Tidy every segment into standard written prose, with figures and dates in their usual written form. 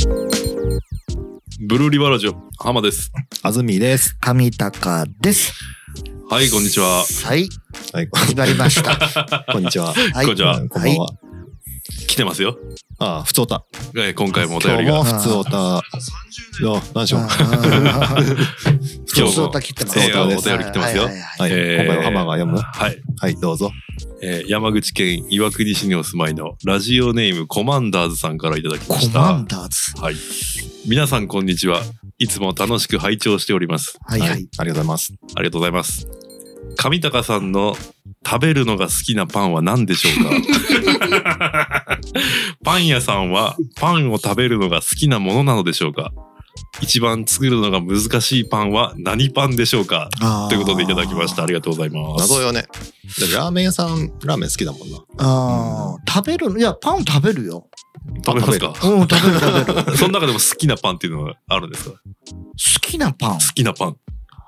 ブルーリバーラジオ浜です。 安住です。 上高です。 はい、こんにちは。 はい、始まりました。 こんにちは。 はい、こんにちは。 こんばんは。 来てますよ。 ああ、ふつおた。 今回もお便りが。 今日もふつおた。何でしょう。 ふつおた来てますよ。 お便り来てますよ。 今回は浜が読む。 はい。 はい、どうぞ。 山口県岩国市にお住まいのラジオネームコマンダーズさんからいただきました。 コマンダーズ。 はい。皆さんこんにちは。いつも楽しく拝聴しております。 はいはい。 ありがとうございます。 ありがとうございます。上高さんの食べるのが好きなパンは何でしょうか？パン屋さんはパンを食べるのが好きなものなのでしょうか？一番作るのが難しいパンは何パンでしょうか？ということでいただきました。ありがとうございます。 謎よね。ラーメン屋さんラーメン好きだもんな。 食べる、いやパン食べるよ。 食べますか？ うん、食べる。 その中でも好きなパンっていうのはあるんですか？ 好きなパン。 好きなパン。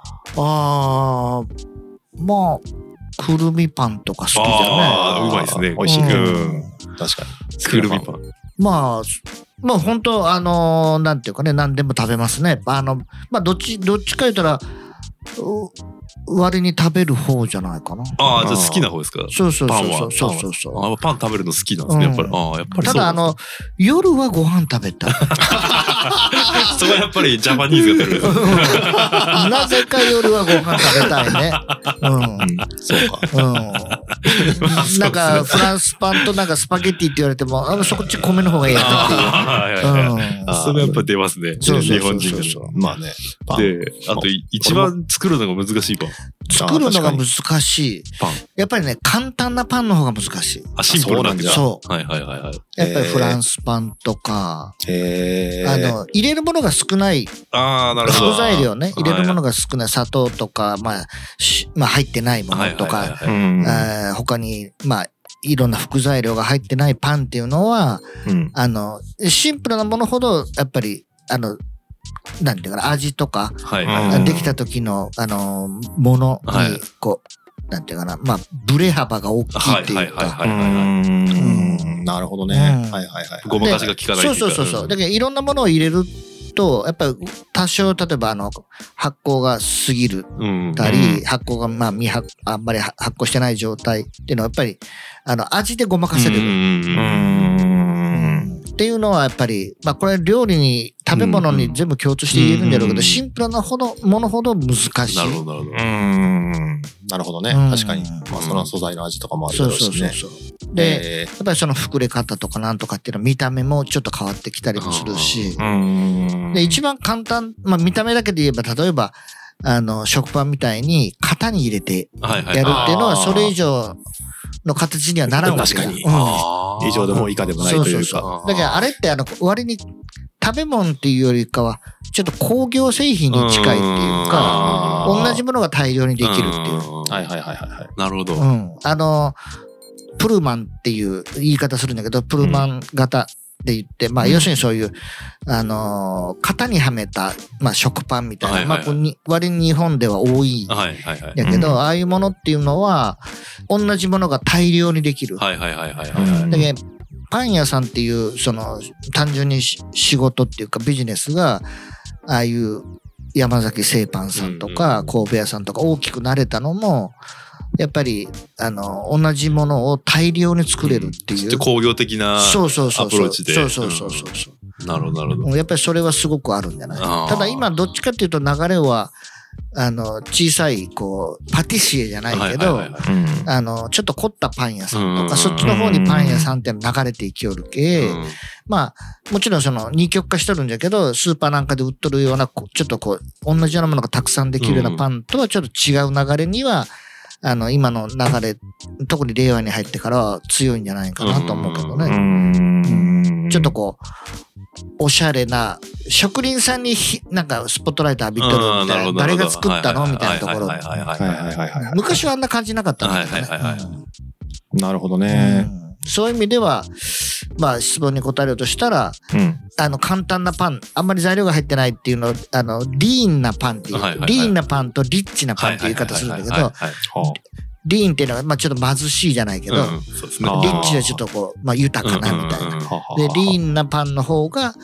まあくるみパンとか好きじゃね。 うまいですね。 美味しい。確かに。 くるみパン。 まあ本当なんていうかね、何でも食べますね。まあどっちか言ったら割に食べる方じゃないかな。 じゃあ好きな方ですか？ そう。 パンは。 そう。 パン食べるの好きなんですね。やっぱり。やっぱりそう。 ただ夜はご飯食べたい。 それはやっぱりジャパニーズが出る。 なぜか夜はご飯食べたいね。 そうか。 なんかフランスパンとなんかスパゲッティって言われてもそっち米の方がいいやなっていう。 それやっぱ出ますね。日本人が。 まあね。 で、あと一番作るのが難しいパン。 作るのが難しい。やっぱりね、簡単なパンの方が難しい。 シンプルなんだ。 そう。 はい。 やっぱりフランスパンとか、入れるものが少ない。 なるほど。 副材料ね、入れるものが少ない。砂糖とか、まあ入ってないものとか、他に、いろんな副材料が入ってないパンっていうのは、シンプルなものほど、やっぱり、なんていうかな、味とか、できた時の、ものに、なんていうかな、ブレ幅が大きいっていうか。 なるほどね。 ごまかしが効かない。 そう。だけど、いろんなものを入れると、やっぱり多少、例えば発酵が過ぎるたり、発酵があんまり発酵してない状態っていうのは、やっぱり、味でごまかせれる。っていうのはやっぱり、これ料理に、食べ物に全部共通して言えるんだろうけど、シンプルなものほど難しい。 なるほど。 なるほどね。確かに。その素材の味とかもあるだろうしね。 で、やっぱりその膨れ方とかなんとかっていうのは見た目もちょっと変わってきたりもするし。で、一番簡単、見た目だけで言えば、例えば、食パンみたいに型に入れてやるっていうのは、それ以上の形にはならんわけだ。 確かに。以上でも以下でもないというか。 だけどあれって割に食べ物っていうよりかは、ちょっと工業製品に近いっていうか、同じものが大量にできるっていう。 なるほど。 プルマンっていう言い方するんだけど、プルマン型で言って、要するにそういう、型にはめた、食パンみたいな、割に日本では多い。だけど、ああいうものっていうのは、同じものが大量にできる。だけど、パン屋さんっていう、単純に仕事っていうかビジネスが、ああいう山崎製パンさんとか、神戸屋さんとか大きくなれたのも、やっぱり、同じものを大量に作れるっていう。 工業的なアプローチで。なるほど。 やっぱりそれはすごくあるんじゃない？ただ今どっちかっていうと流れは、小さい、パティシエじゃないけど、ちょっと凝ったパン屋さんとか、そっちの方にパン屋さんって流れていきよるけ、もちろん二極化しとるんじゃけど、スーパーなんかで売っとるような、ちょっと同じようなものがたくさんできるようなパンとはちょっと違う流れには、今の流れ、特に令和に入ってからは強いんじゃないかなと思うけどね。ちょっとおしゃれな、職人さんになんかスポットライト浴びとるみたいな、誰が作ったのみたいなところ。昔はあんな感じなかったんだけどね。 なるほどね。 そういう意味では、質問に答えるとしたら、簡単なパン、あんまり材料が入ってないっていうのを、リーンなパンっていう、リーンなパンとリッチなパンっていう言い方するんだけど、リーンっていうのは、ちょっと貧しいじゃないけど、リッチはちょっと豊かなみたいな。で、リーンなパンの方が、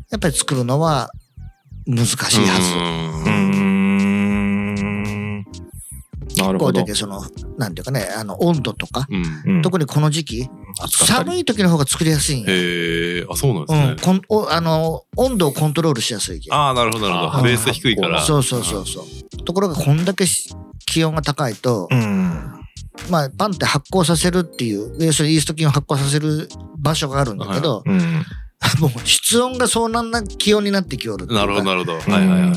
やっぱり作るのは難しいはず。 なるほど。 そのなんていうかね、温度とか、特にこの時期寒い時の方が作りやすいんよ。 へえ、あ、そうなんですね。 温度をコントロールしやすいけん。 ああ、なるほどなるほど。ベース低いから。 そう。ところがこんだけ気温が高いと、まあパンって発酵させるっていう、要するにイースト菌を発酵させる場所があるんだけど、もう室温がそんな気温になってきおる。 なるほどなるほど。はいはいはい。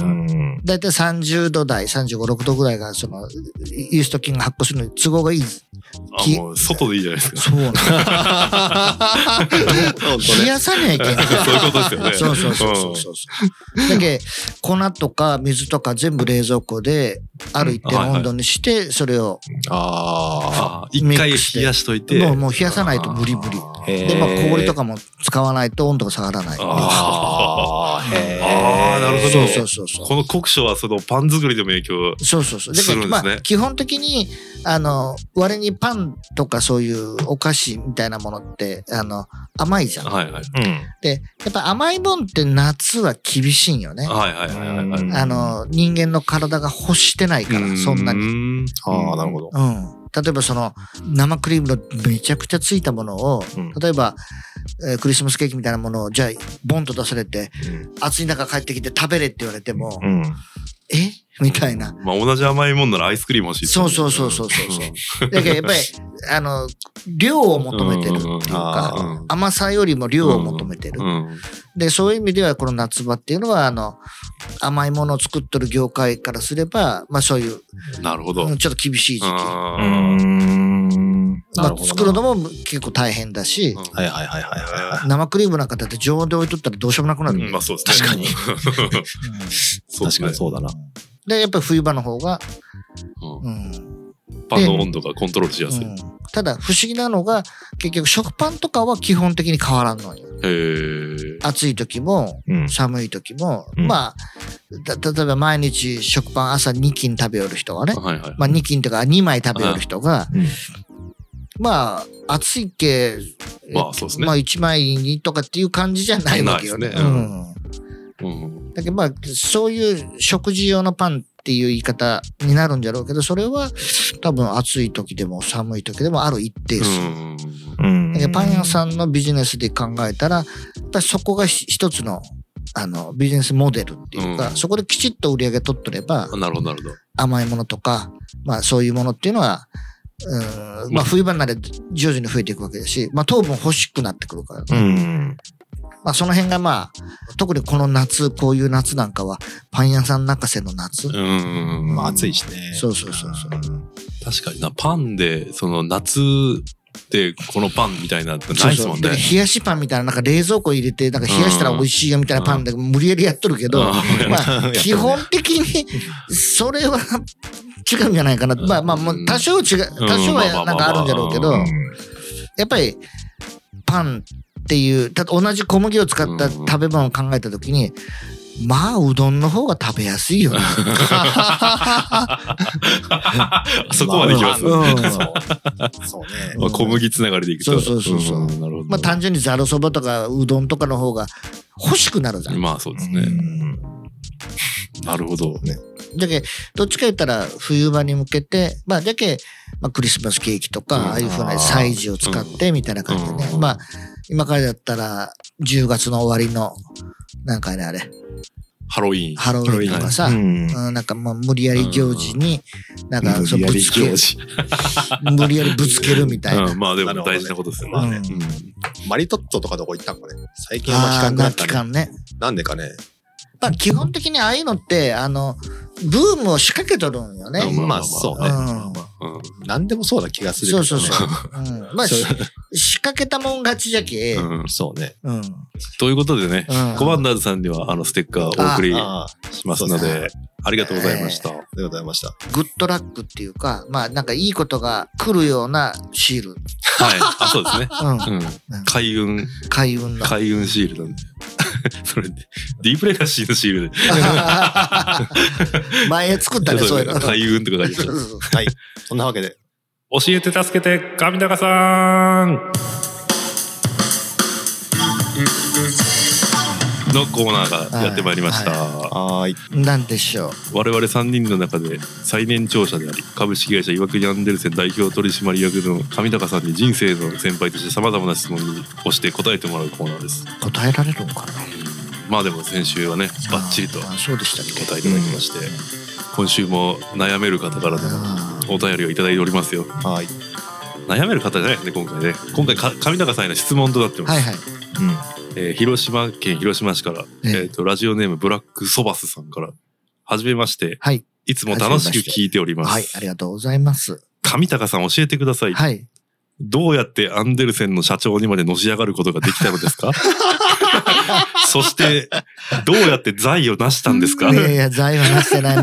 だいたい30度台、35、6度ぐらいがそのイースト菌が発酵するのに都合がいい。 もう外でいいじゃないですか。 そうなんだ。冷やさねえけん。 そういうことですよね。 そう。だけ粉とか水とか全部冷蔵庫である一定の温度にして、それを一回冷やしといて。 もう冷やさないと無理無理。で、まあ氷とかも使わないと温度が下がらない。 なるほど。 そう。 この酷暑はそのパン作りでも影響するんですね。 だからまあ基本的に割にパンとかそういうお菓子みたいなものって甘いじゃん。 はいはい。 でやっぱ甘いもんって夏は厳しいんよね。 はい。 人間の体が欲してないからそんなに。 なるほど。 例えばその生クリームのめちゃくちゃついたものを、例えば、クリスマスケーキみたいなものをじゃあボンと出されて、暑い中帰ってきて食べれって言われても、みたいな。 まあ同じ甘いもんならアイスクリーム欲しい。 そう。だけどやっぱり量を求めてるっていうか、甘さよりも量を求めてる。でそういう意味ではこの夏場っていうのは甘いものを作っとる業界からすればまあそういうなるほどちょっと厳しい時期。作るのも結構大変だし、生クリームなんかだって常温で置いとったらどうしようもなくなる。 まあそうですね。確かに。 確かにそうだな。 でやっぱり冬場の方が、 パンの温度がコントロールしやすい。 ただ不思議なのが結局食パンとかは基本的に変わらんのよ。暑い時も寒い時も、まあ例えば毎日食パン朝2斤食べよる人がね、まあ2斤とか2枚食べよる人が、まあ暑いけまあ1枚にとかっていう感じじゃないわけよね。だけどまあそういう食事用のパンっていう言い方になるんじゃろうけど、それは多分暑い時でも寒い時でもある一定数。だけどパン屋さんのビジネスで考えたら、やっぱりそこが一つのビジネスモデルっていうか、そこできちっと売り上げ取っとれば、甘いものとか、まあそういうものっていうのは、まあ冬場になれ徐々に増えていくわけだし、まあ糖分欲しくなってくるから。まあその辺がまあ、特にこの夏、こういう夏なんかは、パン屋さん泣かせの夏。 まあ暑いしね。 そう。 確かにな、パンで、その夏でこのパンみたいなってないですもんね。 冷やしパンみたいな、なんか冷蔵庫入れて、なんか冷やしたら美味しいよみたいなパンで無理やりやっとるけど、まあ基本的に、それは違うんじゃないかな。まあもう多少はなんかあるんじゃろうけど、やっぱりパンっていう同じ小麦を使った食べ物を考えたときに、まあうどんの方が食べやすいよね。 そこまでいきます。 そうね。小麦つながりでいくと。 そう。まあ単純にざるそばとかうどんとかの方が欲しくなるじゃん。 まあそうですね。なるほど。 だけどっちか言ったら冬場に向けて、まあだけクリスマスケーキとかああいう風な催事を使ってみたいな感じでね。まあ今からだったら10月の終わりのなんかねあれ。 ハロウィンとかさ、なんかもう無理やり行事に、なんかそうぶつける。無理やりぶつけるみたいな。 まあでも大事なことですよね。 マリトッツォとかどこ行ったんかね。最近は期間くなったね。なんでかね。 まあ基本的にああいうのって、ブームを仕掛けとるんよね。 まあそうね。何でもそうな気がする。 そう。まあ仕掛けたもん勝ちじゃけ。 そうね。 ということでね、コマンダーズさんにはステッカーをお送りしますので、ありがとうございました。ありがとうございました。 グッドラックっていうか、まあなんかいいことが来るようなシール。 はい。そうですね。開運シールなんで。それで、ディープレガシーのシールで。 前作ったね、そういうの。 開運って書いてある。 はい。そんなわけで。 教えて助けて、上高さん。 のコーナーがやってまいりました。 はい。 なんでしょう。 我々3人の中で最年長者であり、株式会社岩国アンデルセン代表取締役の上高さんに人生の先輩として様々な質問をして答えてもらうコーナーです。 答えられるのかな。 まあでも先週はね、バッチリと答そうでしたっけ。 えいただきまして、今週も悩める方からのお便りをいただいておりますよ。 はい。 悩める方じゃないですね、今回ね。今回上高さんへの質問となってます。 はいはい。 広島県広島市から、ラジオネームブラックソバスさんから、はじめまして、 はい、 いつも楽しく聞いております。 はい、ありがとうございます。 上高さん教えてください。 はい。 どうやってアンデルセンの社長にまでのし上がることができたのですか？そして、どうやって財を成したんですか？ いやいや、財は成してない。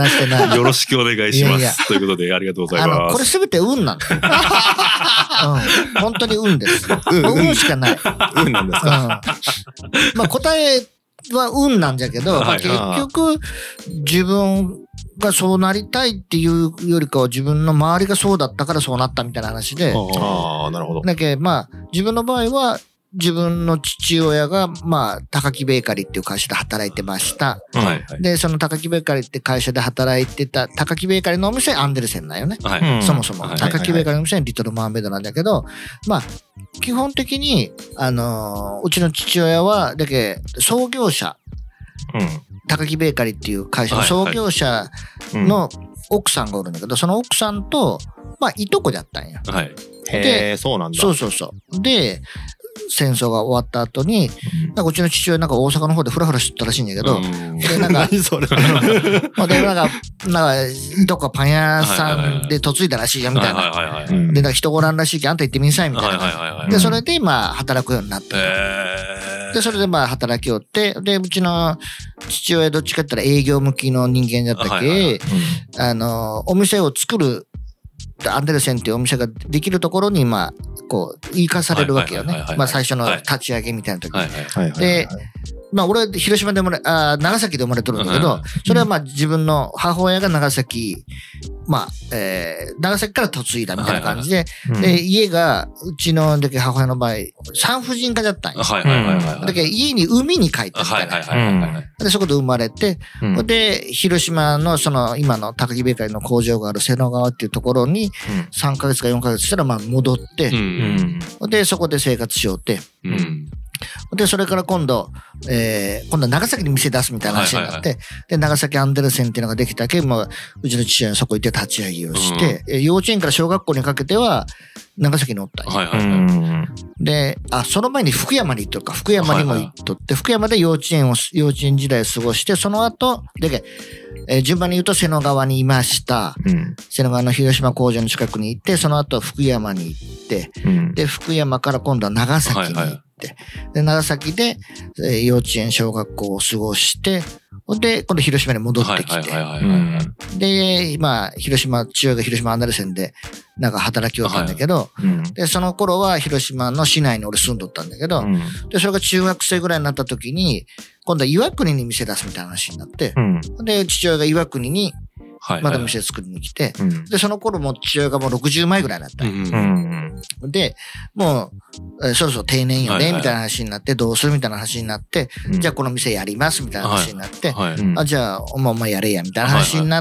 よろしくお願いします。 いやいやということで、ありがとうございます。 これすべて運なんだよ。本当に運です。運しかない。 運なんですか？ まあ答えは運なんじゃけど、まあ、結局、自分がそうなりたいっていうよりかは自分の周りがそうだったからそうなったみたいな話で。 ああ、なるほど。 だけど、まあ、自分の場合は、自分の父親が、まあ、高木ベーカリーっていう会社で働いてました。 はい。 で、その高木ベーカリーって会社で働いてた、高木ベーカリーのお店アンデルセンなんよね。 はい。 そもそも。高木ベーカリーのお店はリトルマーメイドなんだけど、まあ、基本的に、うちの父親は、だけ創業者、高木ベーカリーっていう会社の創業者の奥さんがおるんだけど、その奥さんと、まあ、いとこだったんや。 はい。 へえ、そうなんだ。 そう。で、戦争が終わった後に、なんかうちの父親なんか大阪の方でフラフラしてたらしいんだけど、で、なんか、 何それ。 で、なんか、どっかパン屋さんで嫁いだらしいよ、みたいな。で、なんか人ごらんらしいけど、あんた行ってみんさい、みたいな。で、それで、まあ、働くようになった。で、それでまあ、働きよって、で、うちの父親どっちかって言ったら営業向きの人間だったっけ、お店を作る、アンデルセンっていうお店ができるところに、まあ、こう、言い返されるわけよね。まあ、最初の立ち上げみたいな時に。で、まあ、俺、広島で長崎で生まれとるんだけど、それはまあ、自分の母親が長崎、まあ、長崎から嫁いだみたいな感じで、で、家が、うちの、母親の場合、産婦人科だったんよ。だけど、家に海に帰ったみたいな。で、そこで生まれて、で、広島の、今の高木ベーカリーの工場がある瀬野川っていうところに、3ヶ月か4ヶ月したら、まあ、戻って、で、そこで生活しようって。で、それから今度は長崎に店出すみたいな話になって、で、長崎アンデルセンっていうのができたけ、もう、うちの父親はそこ行って立ち上げをして、幼稚園から小学校にかけては、長崎におったんで、その前に福山に行っとるか、福山にも行っとって、福山で幼稚園時代を過ごして、その後、順番に言うと瀬野川にいました。瀬野川の広島工場の近くに行って、その後福山に行って、で、福山から今度は長崎に行って、で、長崎で、幼稚園、小学校を過ごして、で、今度広島に戻ってきて、で、今、父親が広島アンデルセンで、なんか働きよったんだけど、で、その頃は広島の市内に俺住んどったんだけど、で、それが中学生ぐらいになった時に、今度は岩国に店出すみたいな話になって、で、父親が岩国に、また店作りに来て、で、その頃も父親がもう60枚ぐらいだった。で、もう、そろそろ定年よね、みたいな話になって、どうするみたいな話になって、じゃあこの店やりますみたいな話になって、じゃあお前やれや、みたいな話になって、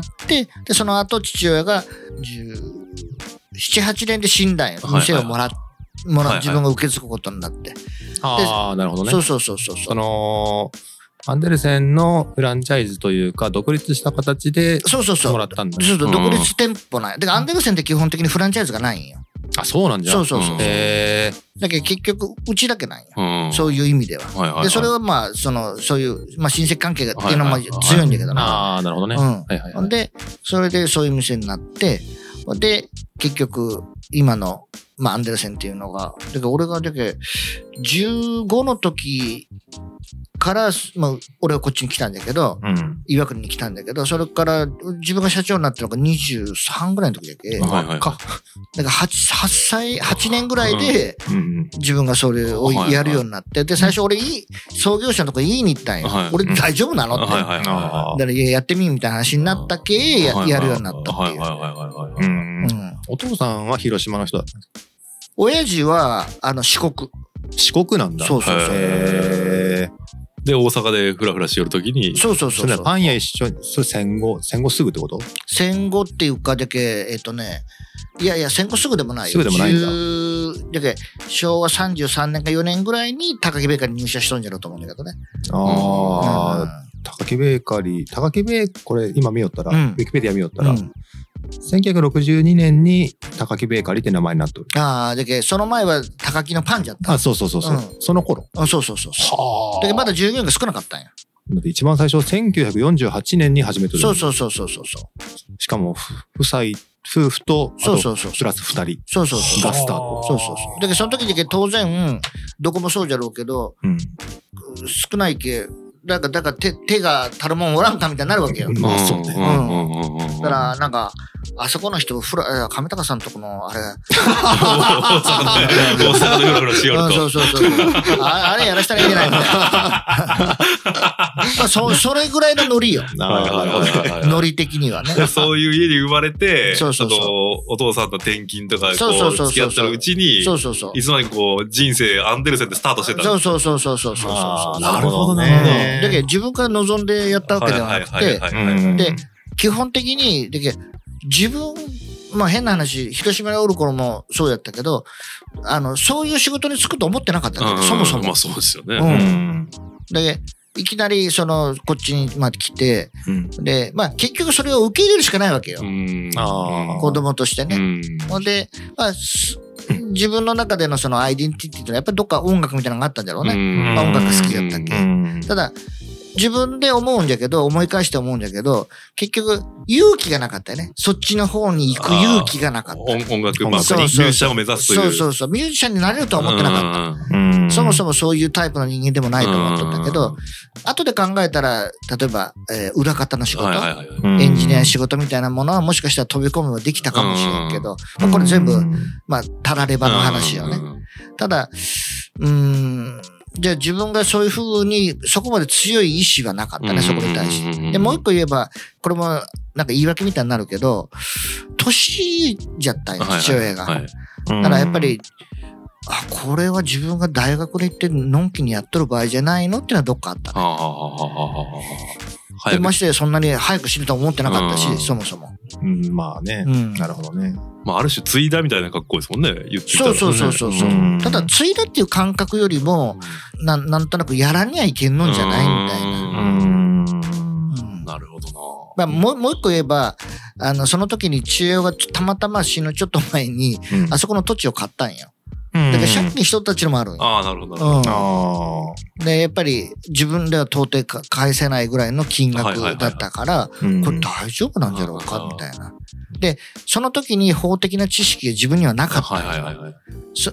で、その後父親が7、8年で死んだんよ。店を自分が受け継ぐことになって。 ああ、なるほどね。 そう。 アンデルセンのフランチャイズというか、独立した形でもらったんだ。 そう、独立店舗ない。だからアンデルセンって基本的にフランチャイズがないんよ。 あ、そうなんじゃ。 そう。だけど結局、うちだけないよ。そういう意味では。で、それはまあ、そういう、まあ、親戚関係っていうのも強いんだけどな。 ああ、なるほどね。 で、それでそういう店になって、で、結局、今の、まあ、アンデルセンっていうのが、だから俺が15の時から、まあ、俺はこっちに来たんだけど、岩国に来たんだけど、それから自分が社長になったのが23ぐらいの時だけ。だから8年ぐらいで、自分がそれをやるようになって、で、最初俺創業者のとこ言いに行ったんよ。俺大丈夫なのって。だからやってみみたいな話になったけ、やるようになったっていう。 お父さんは広島の人だったんですか？ 親父は、四国。 四国なんだ。 そう。 で、大阪でフラフラしよるときに。 そう。 パン屋一緒に、それ戦後すぐってこと？ 戦後っていうか、だけ、いや、戦後すぐでもないよ。 すぐでもないんだ。 だけ昭和33年か4年ぐらいに高木ベーカリーに入社しとんじゃろうと思うんだけどね。 高木ベーカリー、これ今見よったら、ウィキペディア見よったら、1962年に高木ベーカリーって名前になっとる。 だけその前は高木のパンじゃった。 そう。その頃。 そう。だけまだ従業員が少なかったんや。 だって一番最初1948年に始めとる。 そう。 しかも夫婦とプラス2人がスタート。 そう。だけどその時だけ当然どこもそうじゃろうけど、少ないけだから手が足るもんおらんかみたいになるわけよ。 まあそうね。 だからなんかあそこの人上高さんとこのあれ大阪でフラフラしよると。 そうあれやらしたらいいんじゃないみたいな。まあそれぐらいのノリよ。ノリ的にはね。 そういう家に生まれて、 そうお父さんの転勤とか付き合ってるうちに、いつまで人生アンデルセンでスタートしてた。 そう。 なるほどね。 だけど自分から望んでやったわけではなくて、で基本的に自分まあ変な話広島におる頃もそうやったけどそういう仕事に就くと思ってなかったんだそもそも。 まあそうですよね。 でいきなりこっちにまで来て、でまあ結局それを受け入れるしかないわけよ。子供としてね。でまあ自分の中でのそのアイデンティティってやっぱりどっか音楽みたいなのがあったんだろうね。まあ音楽好きだったっけ。ただ自分で思うんだけど思い返して思うんだけど結局勇気がなかったよね。そっちの方に行く勇気がなかった。 音楽ミュージシャンを目指すという。 そうミュージシャンになれるとは思ってなかった。そもそもそういうタイプの人間でもないと思ってたけど後で考えたら例えば裏方の仕事エンジニア仕事みたいなものはもしかしたら飛び込めばできたかもしれんけどこれ全部まあたらればの話よね。ただじゃあ自分がそういうふうにそこまで強い意志はなかったねそこに対して。でもう一個言えばこれもなんか言い訳みたいになるけど年じゃったよ父親が。だからやっぱりこれは自分が大学で行ってのんきにやっとる場合じゃないのっていうのはどっかあったね。でましてそんなに早く死ぬとは思ってなかったしそもそも。 まあね、なるほどね。 まあある種継いだみたいな格好ですもんね言ってたらね。 そうただ継いだっていう感覚よりもなんとなくやらにはいけんのんじゃないみたいな。 なるほどな。 まあ、もう一個言えばその時に父親がたまたま死ぬちょっと前に、あそこの土地を買ったんよ。だから借金しとったっちのもあるんよ。 なるほど。 でやっぱり自分では到底返せないぐらいの金額だったからこれ大丈夫なんじゃろうかみたいな。でその時に法的な知識が自分にはなかった。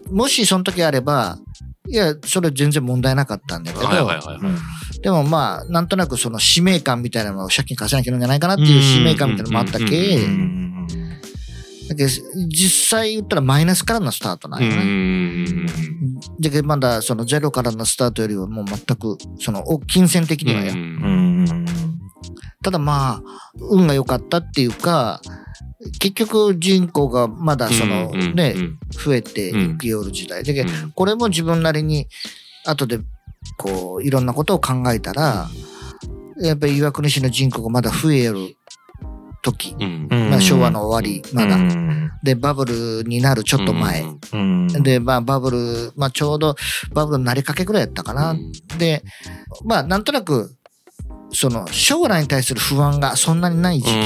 もしその時あればいやそれ全然問題なかったんだけどでもまあなんとなくその使命感みたいなのを借金返さなきゃいけないんじゃないかなっていう使命感みたいなのもあったけだけど実際言ったらマイナスからのスタートなんよね。だけどまだそのゼロからのスタートよりはもう全くその金銭的にはよ。ただまあ運が良かったっていうか結局人口がまだそのね増えていくような時代だけどこれも自分なりに後でこういろんなことを考えたらやっぱり岩国市の人口がまだ増える時、まあ、昭和の終わりまだ、でバブルになるちょっと前、でまあバブル、まあ、ちょうどバブルになりかけぐらいやったかな、でまあなんとなくその将来に対する不安がそんなにない時期。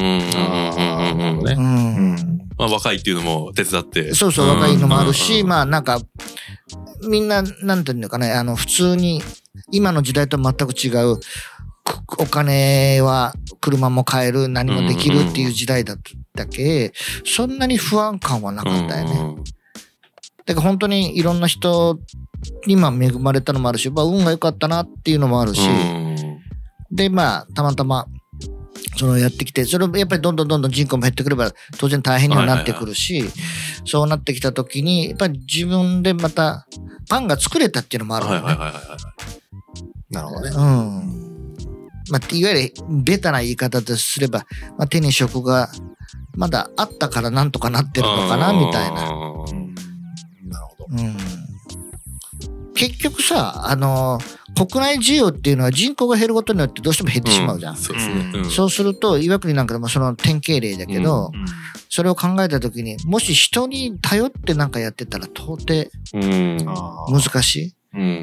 まあ若いっていうのも手伝って。 そう若いのもあるし、まあなんかみんななんていうのかね普通に今の時代と全く違う。お金は車も買える何もできるっていう時代だったけそんなに不安感はなかったよね。だから本当にいろんな人に恵まれたのもあるし、まあ、運が良かったなっていうのもあるしでまあたまたまそのやってきてそれやっぱりどんどん人口も減ってくれば当然大変にはなってくるしそうなってきた時にやっぱり自分でまたパンが作れたっていうのもあるよね。 なるほどね。 まあ、いわゆるベタな言い方とすれば、まあ、手に職がまだあったからなんとかなってるのかなみたいな。なるほど。結局さ国内需要っていうのは人口が減ることによってどうしても減ってしまうじゃん。 そうですね。 そうすると、岩国なんかでもその典型例だけど、それを考えたときに、もし人に頼ってなんかやってたら到底難しい。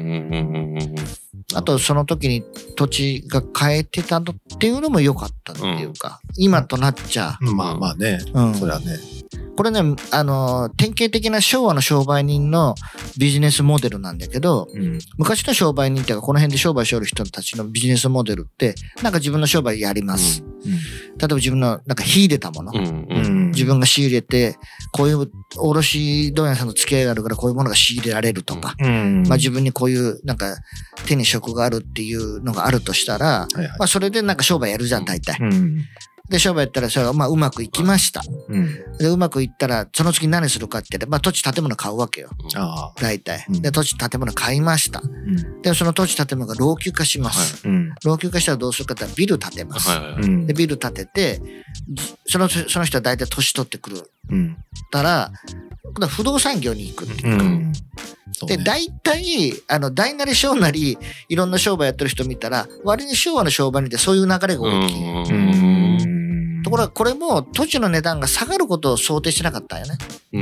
あと、その時に土地が変えてたのっていうのも良かったっていうか、今となっちゃ。 まあね。それはね。 これね、典型的な昭和の商売人のビジネスモデルなんだけど、昔の商売人っていうか、この辺で商売しよる人たちのビジネスモデルって、なんか自分の商売やります。例えば自分のなんか秀でたもの、自分が仕入れて、こういう卸問屋さんの付き合いがあるからこういうものが仕入れられるとか、まあ自分にこういうなんか手に職があるっていうのがあるとしたら、まあそれでなんか商売やるじゃん、大体。で、商売やったら、それがまあうまくいきました。で、うまくいったら、その次何するかって、まあ土地建物買うわけよ。大体。で、土地建物買いました。で、その土地建物が老朽化します。老朽化したらどうするかってビル建てます。で、ビル建てて、その人は大体年取ってくる。たら、不動産業に行くっていうか。で、大体、大なり小なり、いろんな商売やってる人見たら、割に昭和の商売にってそういう流れが大きい。ところがこれも土地の値段が下がることを想定しなかったんよね。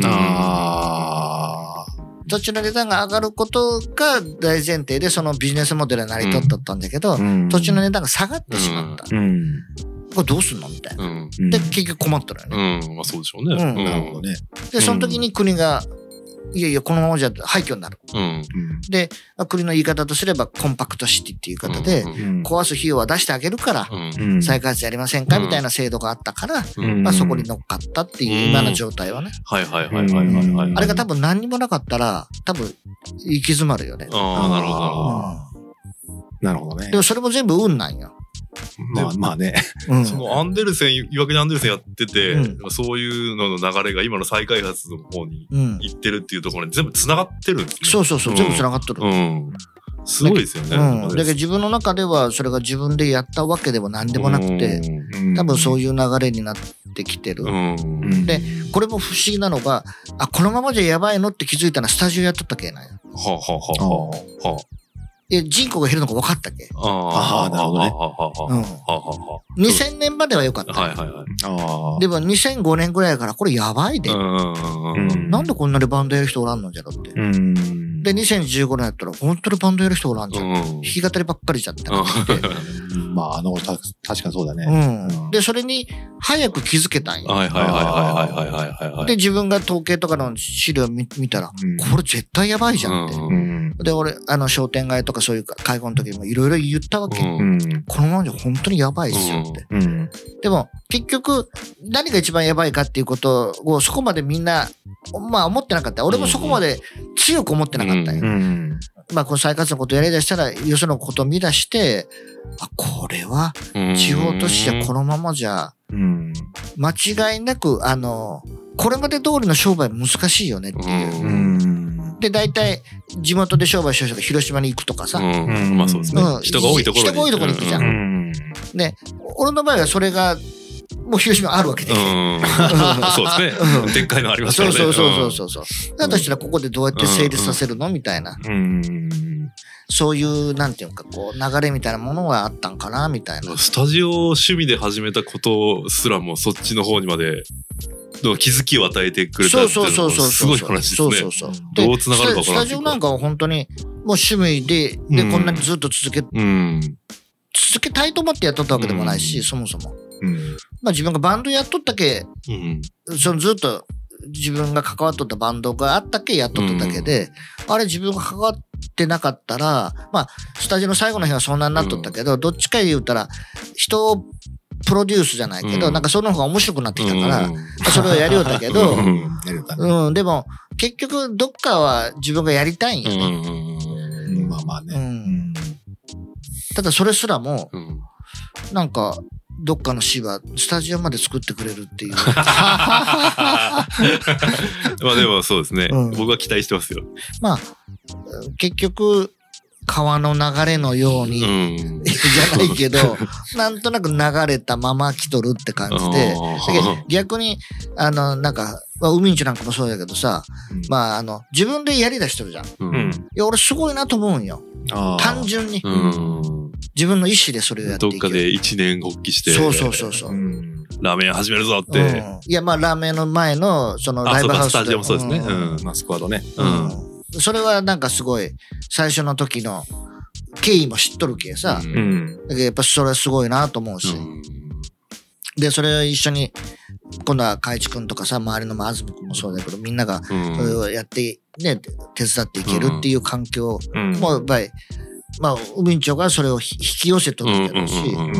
土地の値段が上がることが大前提でそのビジネスモデルに成り立ったんだけど、土地の値段が下がってしまった。これどうすんのみたいな。で、結局困ったのよね。 まあそうでしょうね。 なるほどね。 で、その時に国が、いやいや、このままじゃ廃墟になる。で、国の言い方とすればコンパクトシティっていう言い方で、壊す費用は出してあげるから、再開発やりませんかみたいな制度があったから、まあそこに乗っかったっていう今の状態はね。あれが多分何にもなかったら、多分行き詰まるよね。 なるほど。 なるほどね。 でもそれも全部運なんよ。 まあね。 そのアンデルセン、岩国アンデルセンやってて、そういうのの流れが今の再開発の方に行ってるっていうところに全部繋がってるんですね。 そう、全部繋がってる。 すごいですよね。 だけど自分の中ではそれが自分でやったわけでも何でもなくて、多分そういう流れになってきてる。で、これも不思議なのが、このままじゃやばいのって気づいたらスタジオやっとったけなんや。人口が減るのが分かったっけ。 なるほどね。 2000年までは良かった。でも2005年ぐらいからこれやばいで。なんでこんなにバンドやる人おらんのじゃろって。で、2015年やったら本当にバンドやる人おらんじゃん。弾き語りばっかりじゃんってなって。 まあ、確かにそうだね。 で、それに早く気づけたんよ。で、自分が統計とかの資料見たら、これ絶対やばいじゃんって。で、俺、商店街とかそういう会合の時もいろいろ言ったわけ。このままじゃ本当にやばいっすよって。でも、結局、何が一番やばいかっていうことをそこまでみんな、まあ思ってなかった。俺もそこまで強く思ってなかったよ。まあ、この再活のことをやりだしたら、よそのことを見出して、これは、地方都市じゃこのままじゃ、間違いなく、これまで通りの商売難しいよねっていう。で、大体、地元で商売した人が広島に行くとかさ。 まあそうですね。人が多いところに。 人が多いところに行くじゃん。で、俺の場合はそれが、もう広島あるわけで。 そうですね。でっかいのありますからね。 そう。だとしたらここでどうやって成立させるのみたいな。そういう、なんていうか、こう、流れみたいなものがあったんかなみたいな。 スタジオを趣味で始めたことすらもそっちの方にまで気づきを与えてくれたっていうのもすごい話ですね。どう繋がるか分からない。 スタジオなんかは本当にもう趣味でこんなにずっと続けたいと思ってやっとったわけでもないし、そもそも。まあ自分がバンドやっとったけ、そのずっと自分が関わっとったバンドがあったけやっとっただけで、あれ自分が関わってなかったら、まあスタジオの最後の日はそんなになっとったけど、どっちか言うたら人をプロデュースじゃないけど、なんかその方が面白くなってきたから、それをやりよったけど、でも結局どっかは自分がやりたいんよね。 まあまあね。 ただそれすらも、なんか、どっかの市はスタジオまで作ってくれるっていう。まあでもそうですね。僕は期待してますよ。 まあ、結局、川の流れのように、じゃないけど、なんとなく流れたまま来とるって感じで、逆に、なんか、海んちなんかもそうだけどさ、まあ、自分でやり出してるじゃん。いや、俺すごいなと思うんよ。 単純に。自分の意思でそれをやっていける。 どっかで一年発起して。 そう。 ラーメン始めるぞって。 いや、まあ、ラーメンの前の、そのライブハウスで。 スタジオもそうですね。 まあ、スクワードね。 それはなんかすごい、最初の時の経緯も知っとるけさ。だけどやっぱそれはすごいなと思うし。で、それを一緒に、今度は海地くんとかさ、周りの安住くんもそうだけど、みんながそれをやって、ね、手伝っていけるっていう環境も、やっぱり、まあ、海んちょがそれを引き寄せとるんだろうし。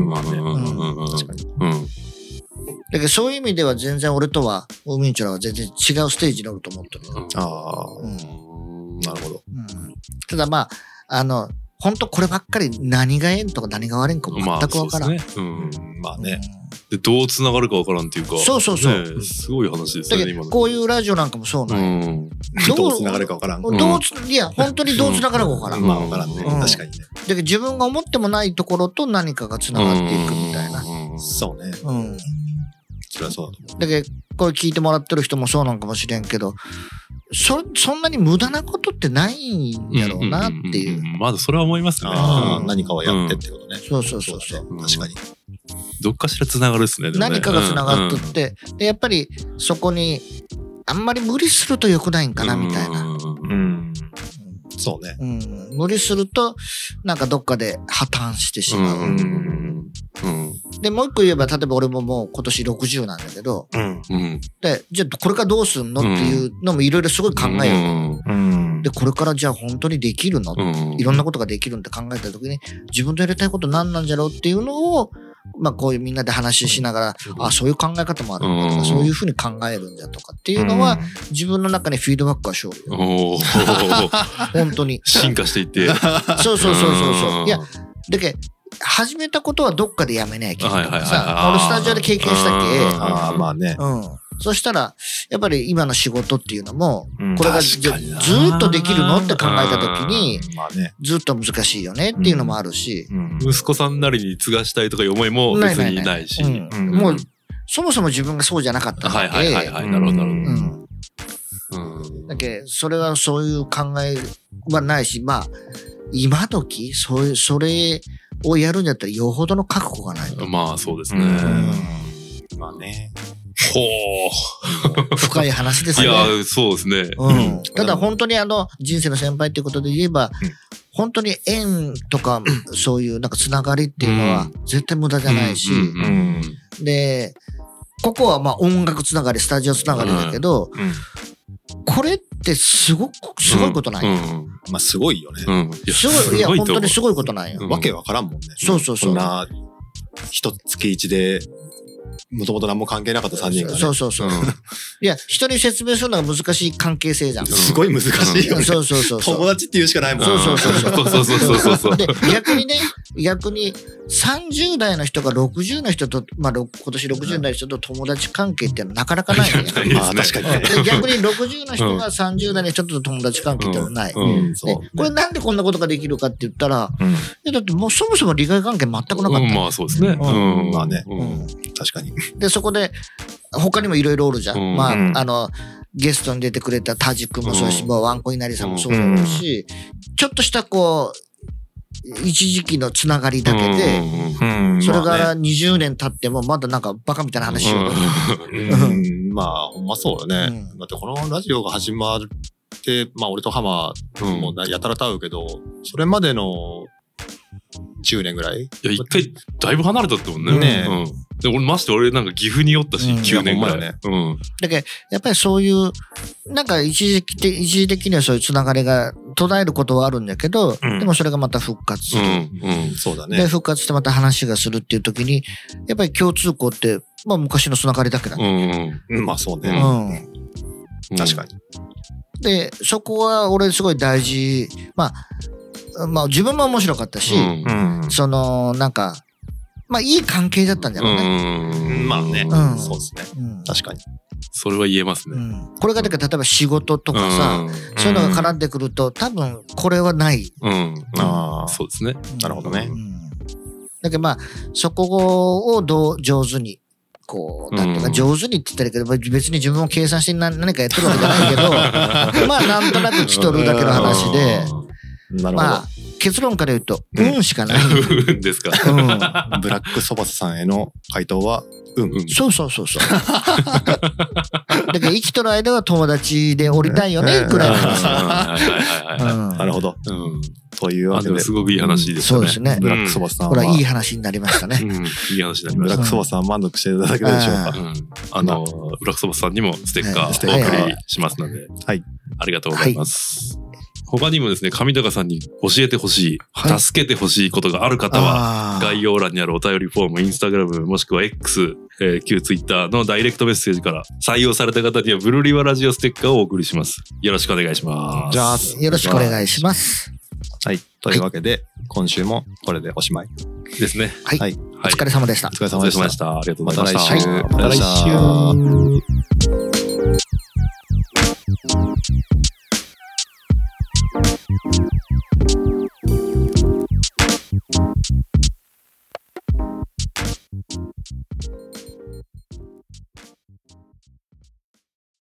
だけどそういう意味では全然俺とは、海んちょらは全然違うステージにおると思ってる。 なるほど。 ただまあ、本当こればっかり何がええんとか何が悪いんか全くわからん。 まあね。 で、どう繋がるかわからんっていうか。 そう。 すごい話ですよね、今の。 こういうラジオなんかもそうなんや。 どう繋がるかわからん。 いや、本当にどう繋がるかわからん。 まあわからんね。確かにね。 だけど自分が思ってもないところと何かが繋がっていくみたいな。 そうね。それはそうだと思う。 だけど、これ聞いてもらってる人もそうなんかもしれんけど、そんなに無駄なことってないんやろうなっていう。 まだそれは思いますね。 何かをやってってことね。 そう。 確かに。 どっかしら繋がるっすね。 何かが繋がっとって、で、やっぱりそこにあんまり無理すると良くないんかなみたいな。 そうね。 無理すると、なんかどっかで破綻してしまう。で、もう一個言えば、例えば俺ももう今年60なんだけど、で、じゃあこれからどうすんのっていうのもいろいろすごい考える。で、これからじゃあ本当にできるの、いろんなことができるんって考えたときに、自分のやりたいこと何なんじゃろうっていうのを、まあこういうみんなで話しながら、そういう考え方もあるんだとか、そういうふうに考えるんだとかっていうのは、自分の中にフィードバックはしようよ。本当に。 進化していって。 そう。いや、だけど、始めたことはどっかでやめなきゃいけないからさ、俺スタジオで経験したっけ。 まあね。 そしたら、やっぱり今の仕事っていうのも、これがずっとできるのって考えたときに、ずっと難しいよねっていうのもあるし。 息子さんなりに継がしたいとかいう思いも別にないし。 もう、そもそも自分がそうじゃなかったんだけど。 なるほど。 だけど、それはそういう考えはないし、まあ、今時、それをやるんだったらよほどの覚悟がないと。 まあそうですね。 まあね。 深い話ですね。 いや、そうですね。 ただ本当に人生の先輩っていうことで言えば、本当に縁とか、そういうなんかつながりっていうのは絶対無駄じゃないし、で、ここはまあ音楽つながり、スタジオつながりだけど、これってすごいことない。 まあすごいよね。 いや、本当にすごいことないよ。 わけわからんもんね。 そう。 こんな、一月一で、もともと何も関係なかった3人がね。 そう。いや、人に説明するのが難しい関係性じゃん。 すごい難しいよね。 そう。 友達って言うしかないもん。 そう。 で、逆に30代の人が60の人と、まあ今年60代の人と友達関係ってのはなかなかないよね。 確かにね。 逆に60の人が30代の人と友達関係ってのはない。これなんでこんなことができるかって言ったら、だってもうそもそも利害関係全くなかった。 まあそうですね。 まあね。確かに。 で、そこで、他にもいろいろおるじゃん。まあ、ゲストに出てくれたタジ君もそうし、ワンコイナリさんもそうだろうし、ちょっとしたこう、一時期のつながりだけで、それから20年経ってもまだなんかバカみたいな話を。 まあ、ほんまそうよね。だってこのラジオが始まって、まあ俺とハマもやたらと会うけど、それまでの10年ぐらい？ いや、一回だいぶ離れたってもんね。で、俺なんか岐阜におったし、9年ぐらいね。 だけど、やっぱりそういう、なんか一時的にはそういうつながりが途絶えることはあるんだけど、でもそれがまた復活する。 そうだね。 で、復活してまた話がするっていう時に、やっぱり共通項って、まあ昔のつながりだけだね。 まあそうね。確かに。 で、そこは俺すごい大事。まあ自分も面白かったし、なんか、まあいい関係だったんじゃないね。 まあね。そうですね。確かに。 それは言えますね。 これがだから例えば仕事とかさ、そういうのが絡んでくると多分これはない。 そうですね。 なるほどね。 だけどまあそこを上手に。こう、なんていうか上手にって言ったらいいけど、別に自分を計算して何かやってるわけじゃないけど、まあなんとなく来とるだけの話で、まあ、 結論から言うと、運しかない。 運ですか。 ブラックそばさんへの回答は、 そうそうそうそう。だから生きとる間は友達でおりたいよね、くらいの話。 なるほど。というわけで。 すごくいい話ですね。 そうですね。 ブラックそばさんは。 これはいい話になりましたね。 いい話になりました。 ブラックそばさん満足していただけたでしょうか。 ブラックそばさんにもステッカーお送りしますので、ありがとうございます。他にもですね、上高さんに教えてほしい、助けてほしいことがある方は、概要欄にあるお便りフォーム、インスタグラム、もしくは X、旧ツイッターのダイレクトメッセージから採用された方にはブルリワラジオステッカーをお送りします。よろしくお願いします。 じゃあ、 よろしくお願いします。 はい。というわけで、今週もこれでおしまいですね。 はい。お疲れ様でした。 お疲れ様でした。 ありがとうございました。 また来週。